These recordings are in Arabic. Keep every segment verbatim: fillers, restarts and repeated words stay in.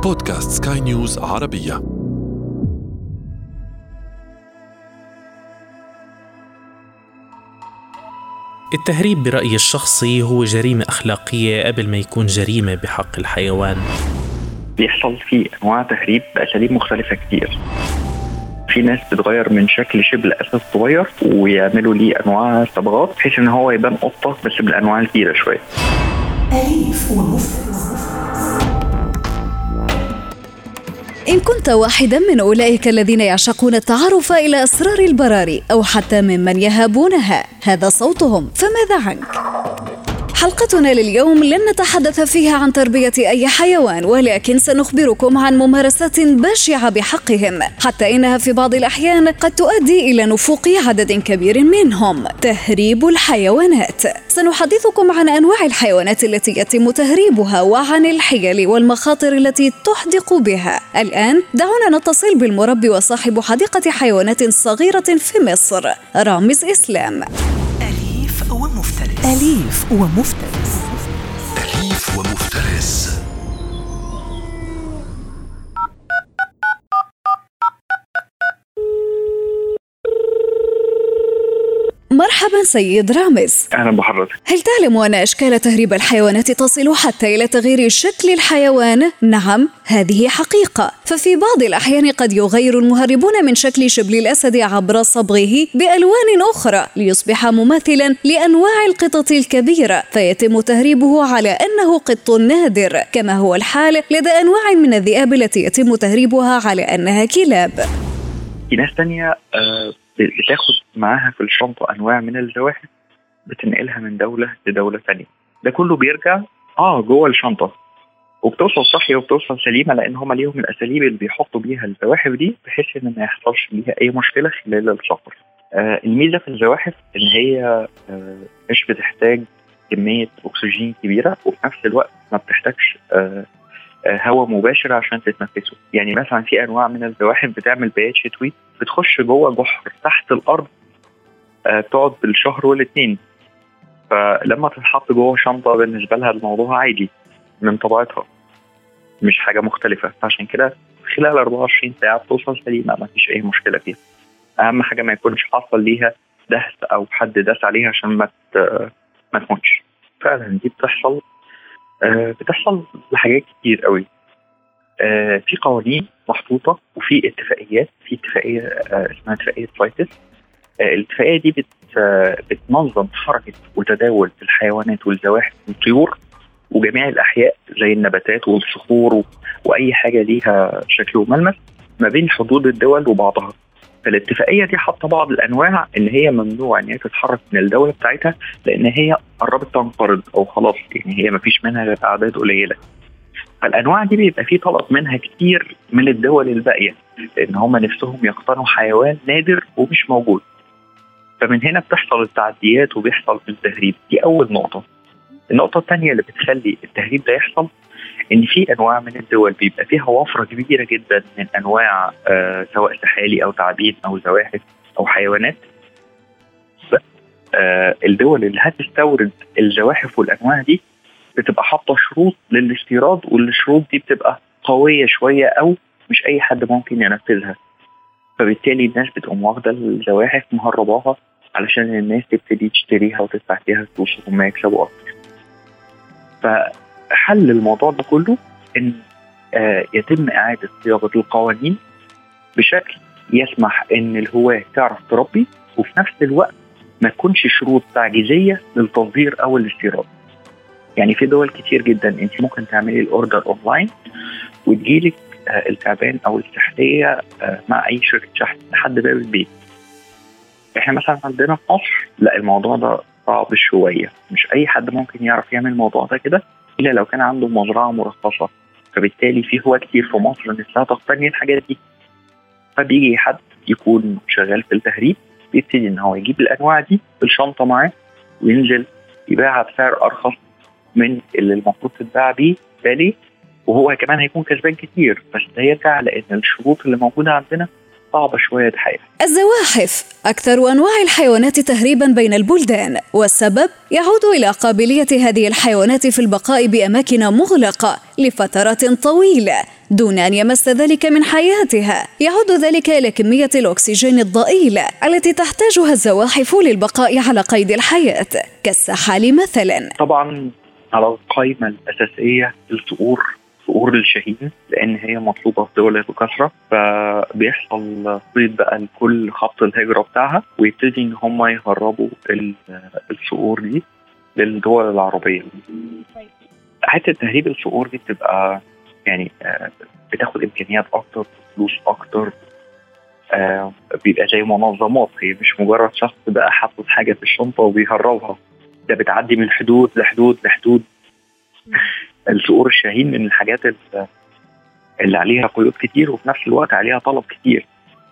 بودكاست سكاي نيوز عربية. التهريب برأيي الشخصي هو جريمة أخلاقية قبل ما يكون جريمة بحق الحيوان. بيحصل فيه أنواع تهريب بأساليب مختلفة كتير. في ناس بتغير من شكل شبه الأسد صغير ويعملوا ليه أنواع صبغات بحيث إن هو يبان قطة بس بالأنواع الكبيرة شوية. أليف ومفترس. إن كنت واحدا من أولئك الذين يعشقون التعرف إلى أسرار البراري أو حتى ممن يهابونها، هذا صوتهم، فماذا عنك؟ حلقتنا لليوم لن نتحدث فيها عن تربية أي حيوان، ولكن سنخبركم عن ممارسات بشعة بحقهم، حتى إنها في بعض الأحيان قد تؤدي إلى نفوق عدد كبير منهم. تهريب الحيوانات. سنحدثكم عن أنواع الحيوانات التي يتم تهريبها وعن الحيل والمخاطر التي تحدق بها. الآن دعونا نتصل بالمربي وصاحب حديقة حيوانات صغيرة في مصر، رامز إسلام. أليف ومفترس. أليف ومفترس. أليف ومفترس. مرحبا سيد رامز. أهلا بحضرتك. هل تعلم أن أشكال تهريب الحيوانات تصل حتى إلى تغيير شكل الحيوان؟ نعم، هذه حقيقة. ففي بعض الأحيان قد يغير المهربون من شكل شبل الأسد عبر صبغه بألوان أخرى ليصبح مماثلا لأنواع القطط الكبيرة، فيتم تهريبه على أنه قط نادر، كما هو الحال لدى أنواع من الذئاب التي يتم تهريبها على أنها كلاب. في ناس تانية آه بتاخد معاها في الشنطة أنواع من الزواحف بتنقلها من دولة لدولة تانية. ده كله بيرجع آه جوه الشنطة وبتوصل صحية وبتوصل سليمة، لأن هما ليهم الأساليب اللي بيحطوا بيها الزواحف دي بحيث إن ما يحصلش بيها أي مشكلة خلال السفر. آه الميزة في الزواحف إن هي آه مش بتحتاج كمية أكسجين كبيرة، وفي نفس الوقت ما بتحتاجش آه هواء مباشر عشان تتنفسه. يعني مثلا في انواع من الزواحف بتعمل بيات شتوي بتخش جوه جحر تحت الارض، آه تقعد بالشهر والاثنين، فلما تتحط جوه شنطه بالنسبه لها الموضوع عادي من طبيعتها، مش حاجه مختلفه. فعشان كده خلال أربعة وعشرين ساعه بتوصل سليمه، ما فيش اي مشكله فيها. اهم حاجه ما يكونش حصل ليها دهس او حد داس عليها عشان ما ما تموتش. فعلا دي بتحصل آه بتحصل لحاجات كتير قوي. آه في قوانين محطوطة وفي اتفاقيات. في اتفاقية آه اسمها اتفاقية سايتس. آه الاتفاقية دي بت آه بتنظم حركة وتداول الحيوانات والزواحف والطيور وجميع الأحياء زي النباتات والصخور و... وأي حاجة ليها شكل وملمس ما بين حدود الدول وبعضها. فالاتفاقية دي حاطة بعض الأنواع إن هي ممنوع إن هي تتحرك من الدولة بتاعتها، لأن هي قربت تنقرض أو خلاص، يعني هي مفيش منها غير أعداد قليلة. فالأنواع دي بيبقى فيه طلب منها كتير من الدول الباقية، لأن هم نفسهم يقتنوا حيوان نادر ومش موجود. فمن هنا بتحصل التعديات وبيحصل التهريب. دي أول نقطة. النقطة الثانية اللي بتخلي التهريب ده يحصل إن في أنواع من الدول بيبقى فيها وفرة كبيرة جدا من أنواع آه سواء سحالي أو تعابين أو زواحف أو حيوانات. آه الدول اللي هتستورد الزواحف والأنواع دي بتبقى حاطة شروط للاستيراد، والشروط دي بتبقى قوية شوية أو مش أي حد ممكن ينفذها. فبالتالي الناس بتقوم واخدة الزواحف مهرباها علشان الناس تبتدي تشتريها وتدفع فيها فلوس وهم يكسبوا أكتر. فحل الموضوع ده كله إن آه يتم إعادة صياغة القوانين بشكل يسمح إن الهواة تعرف تربي، وفي نفس الوقت ما تكونش شروط تعجيزية للتصدير أو الاستيراد. يعني في دول كتير جدا انت ممكن تعملي الاوردر اونلاين وتجيلك آه التعبان او السحلية آه مع اي شركة شحن لحد باب البيت. احنا مثلا عندنا في مصر لا، الموضوع ده صعب شوية، مش اي حد ممكن يعرف يعمل الموضوع ده كده الا لو كان عنده مزرعة مرخصة. فبالتالي في هو كتير في مصر نفسها تقتني الحاجات دي. فبيجي حد يكون شغال في التهريب بيبتدي ان هو يجيب الانواع دي بالشنطة معاه وينزل يبيعها بسعر ارخص من اللي المفروض تتباع بيه بالي، وهو كمان هيكون كسبان كتير. بس ده يرجع لأن الشروط اللي موجودة عندنا صعبة شوية الحقيقة. الزواحف أكثر أنواع الحيوانات تهريباً بين البلدان، والسبب يعود إلى قابلية هذه الحيوانات في البقاء بأماكن مغلقة لفترات طويلة دون أن يمس ذلك من حياتها. يعود ذلك إلى كمية الأكسجين الضئيلة التي تحتاجها الزواحف للبقاء على قيد الحياة، كالسحال مثلاً. طبعاً على القائمة الأساسية الصقور، صقور الشاهين، لأن هي مطلوبة في دولة بكثرة، فبيحصل صيد بقى لكل خط الهجرة بتاعها، ويبتدي إن هم يهربوا الصقور دي للدول العربية. حتى تهريب الصقور دي بتبقى يعني بتاخد إمكانيات أكتر، فلوس أكتر، بيبقى زي منظمات، هي مش مجرد شخص بقى حاطط حاجة في الشنطة وبيهربها، ده بتعدي من حدود لحدود لحدود. الصقور الشاهين من الحاجات اللي عليها قيود كتير وفي نفس الوقت عليها طلب كتير.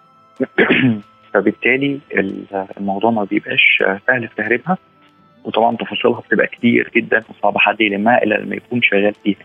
فبالتالي الموضوع ما بيبقاش سهل في تهريبها، وطبعا تفاصيلها بتبقى كتير جدا وصعب حد يلمها الا لما يكون شغال فيها.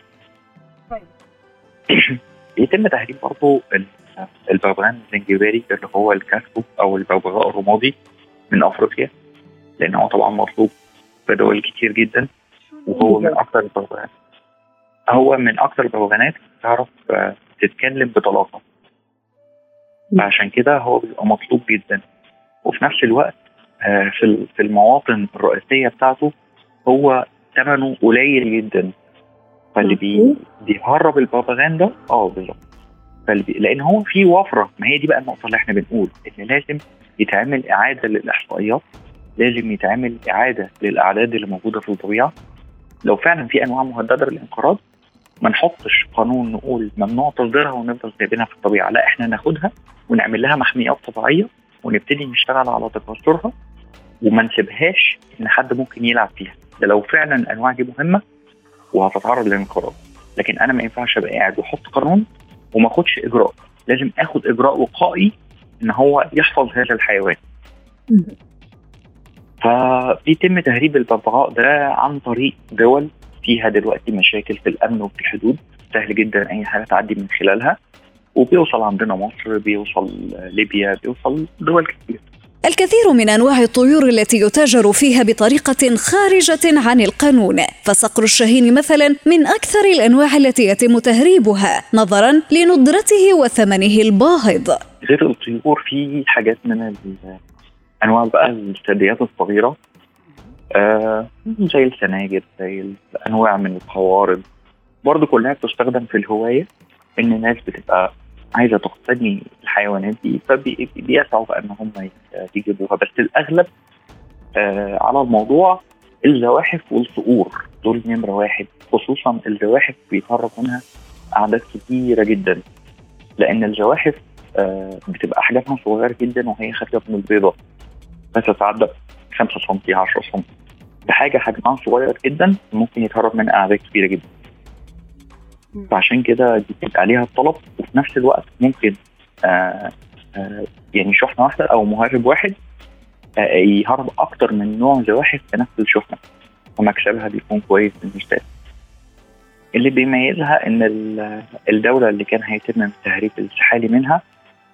يتم تهريب برضه البغبغان الزنجباري اللي هو الكاسكو او البغبغاء الرمادي من افريقيا، لان هو طبعا مطلوب في دول كتير جدا، وهو من اكثر البغبغانات هو من اكثر البغبغانات تعرف تتكلم بطلاقه، فعشان كده هو بيبقى مطلوب جدا. وفي نفس الوقت في في المواطن الرئيسيه بتاعته هو ثمنه قليل جدا، فاللي بي بيهرب البغبغان ده اه بالظبط لان هو في وفره. ما هي دي بقى النقطه اللي احنا بنقول ان لازم يتعمل اعاده للاحصائيات، لازم يتعمل اعاده للاعداد اللي موجوده في الطبيعه. لو فعلا في انواع مهدده بالانقراض ما نحطش قانون نقول ممنوع تصديرها ونفضل سايبينها في الطبيعه، لا احنا ناخدها ونعمل لها محميات طبيعيه ونبتدي نشتغل على تكاثرها وما نسيبهاش ان حد ممكن يلعب فيها. ده لو فعلا الانواع دي مهمه وهتتعرض للانقراض، لكن انا ما ينفعش ابقى قاعد واحط قانون وما اخدش اجراء. لازم اخد اجراء وقائي ان هو يحفظ هذا الحيوان. فبيتم تهريب الببغاء ده عن طريق دول فيها دلوقتي مشاكل في الامن وفي الحدود، سهل جدا اي حاجه تعدي من خلالها، وبيوصل عندنا مصر، بيوصل ليبيا، بيوصل دول كتير. الكثير من أنواع الطيور التي يتاجر فيها بطريقة خارجة عن القانون، فصقر الشاهين مثلا من أكثر الأنواع التي يتم تهريبها نظرا لندرته وثمنه الباهظ. غير الطيور في حاجات من أنواع بقى الثدييات الصغيرة، آه زي السناجب، زي أنواع من القوارض، برضو كلها بتستخدم في الهواية، إن الناس بتبقى عايزة تقتني الحيوانات دي فبيسعوا بقى إن هم يجيبوها. بس الأغلب آه على الموضوع الزواحف والصقور، دول نمرة واحد. خصوصا الزواحف بيتهرب منها أعداد كتيرة جدا، لأن الزواحف آه بتبقى أحجامها صغيرة جدا وهي خارجة من البيضة، بس تتعدى خمسة سنتي عشرة سنتي، بحاجة حجمها صغير جدا ممكن يتهرب منها أعداد كبيرة جدا. فعشان كده دي بتبقى عليها الطلب، وفي نفس الوقت ممكن آآ آآ يعني شحنة واحدة أو مهرب واحد يهرب أكتر من نوع زواحف في نفس الشحنة، ومكسبها بيكون كويس بالنسبة لها. اللي بيميزها إن الدولة اللي كان هيتم التهريب السحالي منها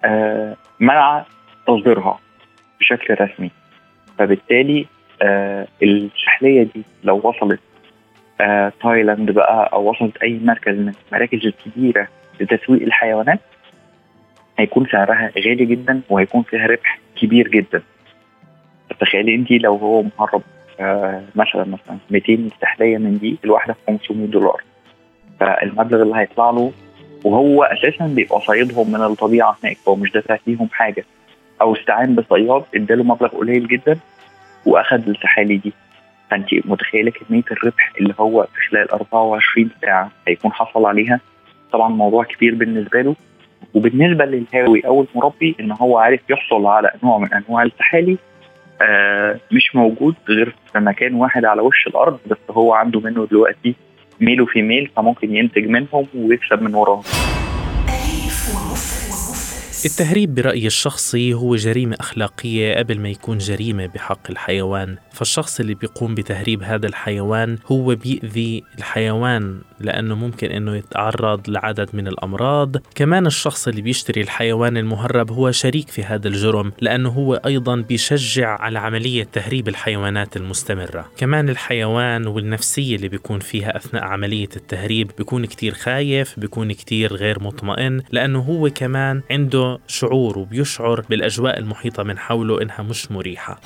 منع تصديرها بشكل رسمي، فبالتالي السحلية دي لو وصلت آه، تايلاند بقى أو وصلت أي مركز من المراكز الكبيرة لتسويق الحيوانات، هيكون سعرها غالي جدا وهيكون فيها ربح كبير جدا. تخيلي أنت لو هو مهرب آه مثلا مثلا مئتين سحلية من دي، الواحدة خمسمية دولار، فالمبلغ اللي هيطلع له، وهو أساسا بيبقى صيدهم من الطبيعة هناك، فهو مش دافع فيهم حاجة، أو استعان بصياد اداله مبلغ قليل جدا وأخذ السحالي دي. فأنت متخيلة كمية الربح اللي هو في خلال أربعة وعشرين ساعة هيكون حصل عليها. طبعا موضوع كبير بالنسبة له، وبالنسبة للهاوي أو المربي إن هو عارف يحصل على نوع من أنواع السحالي آه مش موجود غير في مكان واحد على وش الأرض، بس هو عنده منه دلوقتي ميل وفي ميل، فممكن ينتج منهم ويكسب من وراهم. التهريب برأيي الشخصي هو جريمة أخلاقية قبل ما يكون جريمة بحق الحيوان. فالشخص اللي بيقوم بتهريب هذا الحيوان هو بيأذي الحيوان لأنه ممكن أنه يتعرض لعدد من الأمراض. كمان الشخص اللي بيشتري الحيوان المهرب هو شريك في هذا الجرم لأنه هو أيضا بيشجع على عملية تهريب الحيوانات المستمرة. كمان الحيوان والنفسية اللي بيكون فيها أثناء عملية التهريب بيكون كتير خايف، بيكون كتير غير مطمئن، لأنه هو كمان عنده شعور وبيشعر بالأجواء المحيطة من حوله إنها مش مريحة.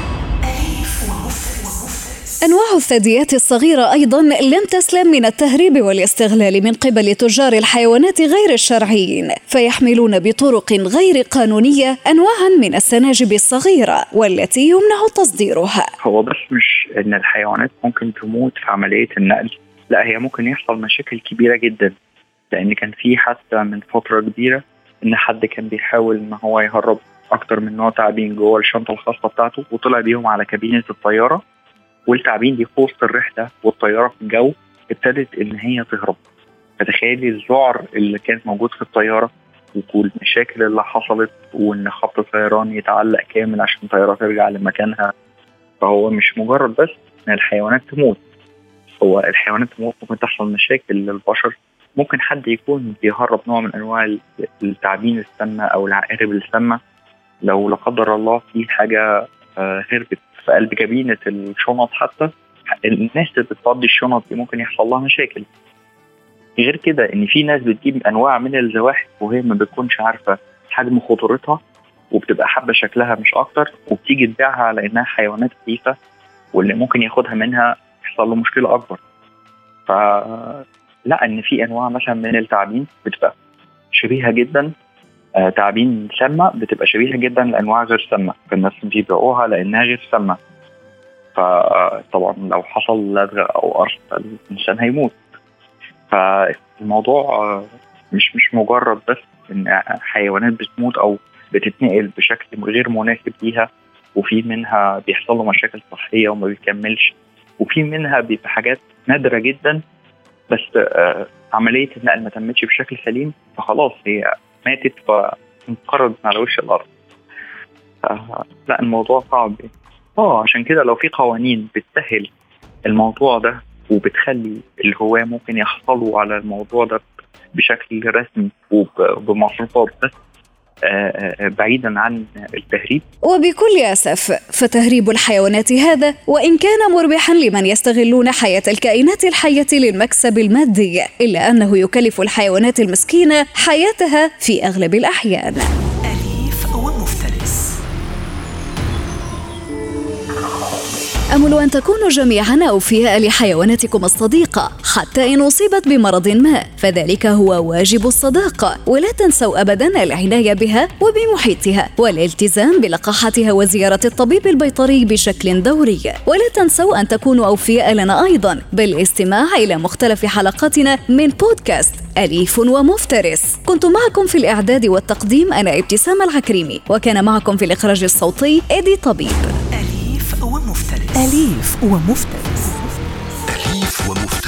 أنواع الثدييات الصغيرة أيضاً لم تسلم من التهريب والاستغلال من قبل تجار الحيوانات غير الشرعيين، فيحملون بطرق غير قانونية أنواعاً من السناجب الصغيرة والتي يمنع تصديرها. هو بس مش إن الحيوانات ممكن تموت في عملية النقل، لا هي ممكن يحصل مشاكل كبيرة جدا، لأن كان في حتى من فترة كبيرة إن حد كان بيحاول إن هو يهرب أكتر من نوع تعابين جوه الشنطة الخاصة بتاعته وطلع بيهم على كابينة الطيارة، والتعابين دي في وسط الرحلة والطيارة في الجو ابتدت إن هي تهرب. فتخيلي الذعر اللي كان موجود في الطيارة والمشاكل اللي حصلت، وإن خط الطيران يتعلق كامل عشان الطيارة ترجع لمكانها. فهو مش مجرد بس إن الحيوانات تموت، هو الحيوانات تموت ممكن تحصل مشاكل للبشر. ممكن حد يكون بيهرب نوع من أنواع التعابين السامة أو العقارب السامة، لو لا قدر الله في حاجة هربت في قلب كابينة الشنط، حتى الناس اللي بتفضي الشنط دي ممكن يحصل لها مشاكل. غير كده ان في ناس بتجيب انواع من الزواحف وهي ما بتكونش عارفة حجم خطورتها، وبتبقى حابة شكلها مش اكتر، وبتيجي تبيعها على انها حيوانات أليفة، واللي ممكن ياخدها منها يحصل له مشكلة اكبر. فلا ان في انواع مثلا من التعابين بتبقى شبيهة جدا، آه تعابين سامة بتبقى شبيهة جدا لأنواع غير سامة، فالناس بيبيعوها لأنها غير سامة. فطبعا لو حصل لدغة أو قرص الإنسان هيموت. فالموضوع آه مش مش مجرد بس إن حيوانات بتموت أو بتتنقل بشكل غير مناسب ليها، وفي منها بيحصل له مشاكل صحية وما بيكملش، وفي منها بيبقى حاجات نادرة جدا بس آه عملية النقل ما تمتش بشكل سليم، فخلاص هي ماتت فانقرضت على وش الأرض. لا الموضوع صعب. اه عشان كده لو في قوانين بتسهل الموضوع ده وبتخلي الهواة ممكن يحصلوا على الموضوع ده بشكل رسمي وبمصروفات بس بعيدا عن التهريب. وبكل أسف فتهريب الحيوانات هذا وإن كان مربحا لمن يستغلون حياة الكائنات الحية للمكسب المادي، إلا أنه يكلف الحيوانات المسكينة حياتها في أغلب الأحيان. أليف ومفترس. أمل أن تكونوا جميعا أوفياء لحيواناتكم الصديقة حتى إن أصيبت بمرض ما، فذلك هو واجب الصداقة. ولا تنسوا أبدا العناية بها وبمحيطها والالتزام بلقاحاتها وزيارة الطبيب البيطري بشكل دوري. ولا تنسوا أن تكونوا أوفياء لنا أيضا بالاستماع إلى مختلف حلقاتنا من بودكاست أليف ومفترس. كنت معكم في الإعداد والتقديم أنا ابتسام العكريمي، وكان معكم في الإخراج الصوتي إيدي طبيب. أليف ومفترس. أليف ومفترس. أليف ومفترس.